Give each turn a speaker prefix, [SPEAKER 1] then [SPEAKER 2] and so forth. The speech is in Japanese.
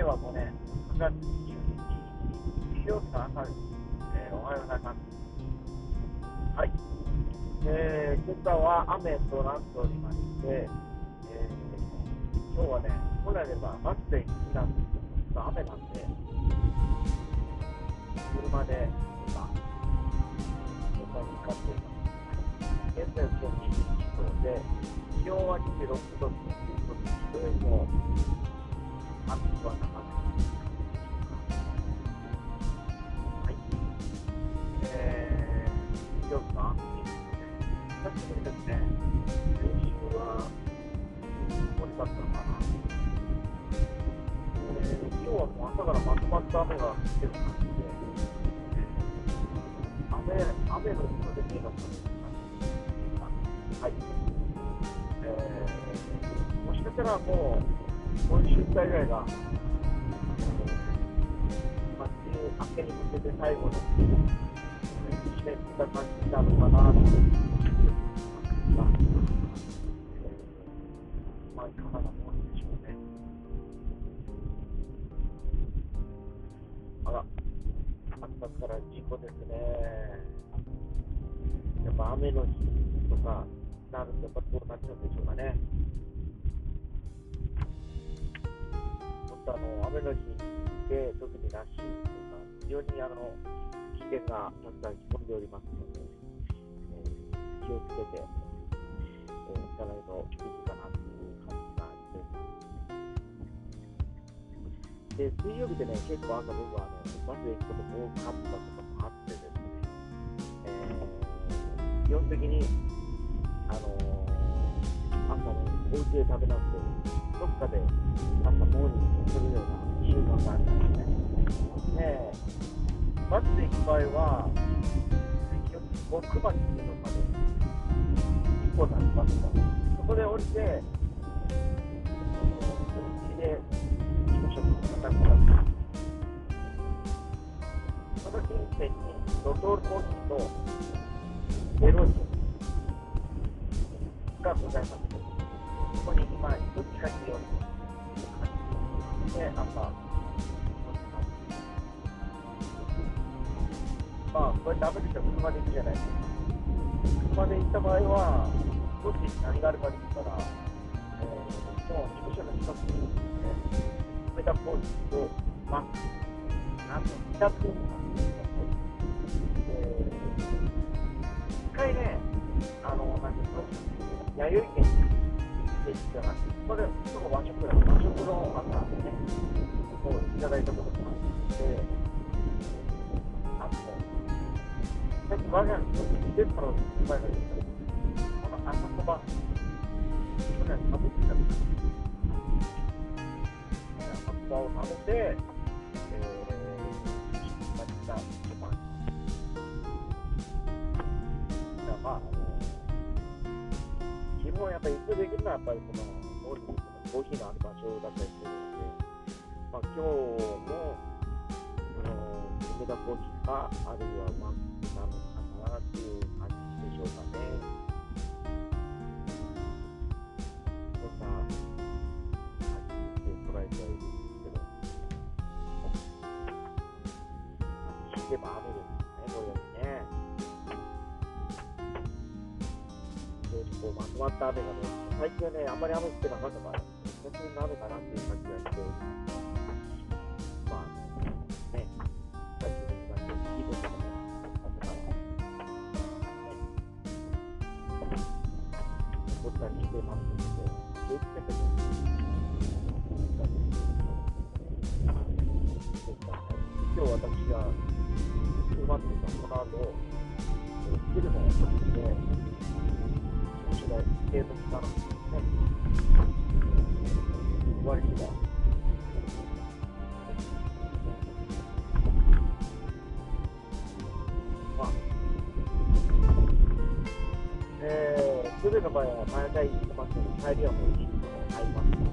[SPEAKER 1] 令和5年9月20日、水曜日の朝です。おはようございます。はい。今朝は雨となっておりまして、今日はね、本来ではバスで行きなんですけど、雨なんで、車で今、現場に向かっています。現在の気温21度で、気温は26度ということで、それも暑くはなかった。はい。水曜日の雨ですので、久しぶりですね。先週は曇りだったのかな。今日はもう朝からまとまった雨が降ってる感じで、雨の日の出ていなかったです。はい。もしかしたらもう今週ぐらいが、梅雨明けに向けて最後の試練といった感じになるのかなと思いますが、いかがなもんでしょうね。あら、朝から事故ですね。やっぱ雨の日とかなると、やっぱそうなっちゃうんでしょうかね。雨の日で特にラッシュとか非常に危険がたくさん潜んでおりますので、気をつけて、いかないといいかなという感じがしています。で、水曜日でね、結構朝僕はバスで行くことも多かったこともあってですね、基本的に朝ね、お家で食べなくてどっかで朝モーニングするような習慣があるんですね。で、バスで行く場合は、基本的に奥町っていうのまで1本なんバスが。そこで降りて、道で朝食を叩くんです。その近辺にドトールコーヒーとベローチェがございます。そこに今、どっちかによるで、朝、これダメでしょ、車で行くじゃないですか。車で行った場合は、どっちに何があるかで言ったら、もう事務所の近くに、梅田コーチと、なんと、2択なんですよ。一回ね、なんていうの、弥生県で行ったら、それ、その和食の朝ね、いただいたことがあって、あと、さっき我が家の電波の前が言ったこの朝そば、それは食べてたんです。朝そばを食べて、したそば。基本やっぱり一応できるのはやっぱりそのモーニングのコーヒーのある場所だったりするので、今日も梅田コーヒーかあるいはマックなのかなっていう感じでしょうかね。そんな感じで捉えてはいるんですけど、西でも雨ですね、これね。まとまった雨がね、最近はね、あんまり雨降ってなかったから、久しぶりの雨かなっていう感じがしております。ね、最近の時間でいいこともね、朝からこったりしてますので、気をつけてね、今日私が車っていうか、この後、昼の時で、ゲートしたのですね。終わり次第。すべての場合は前台行ってますので、帰りはもう一日入ります。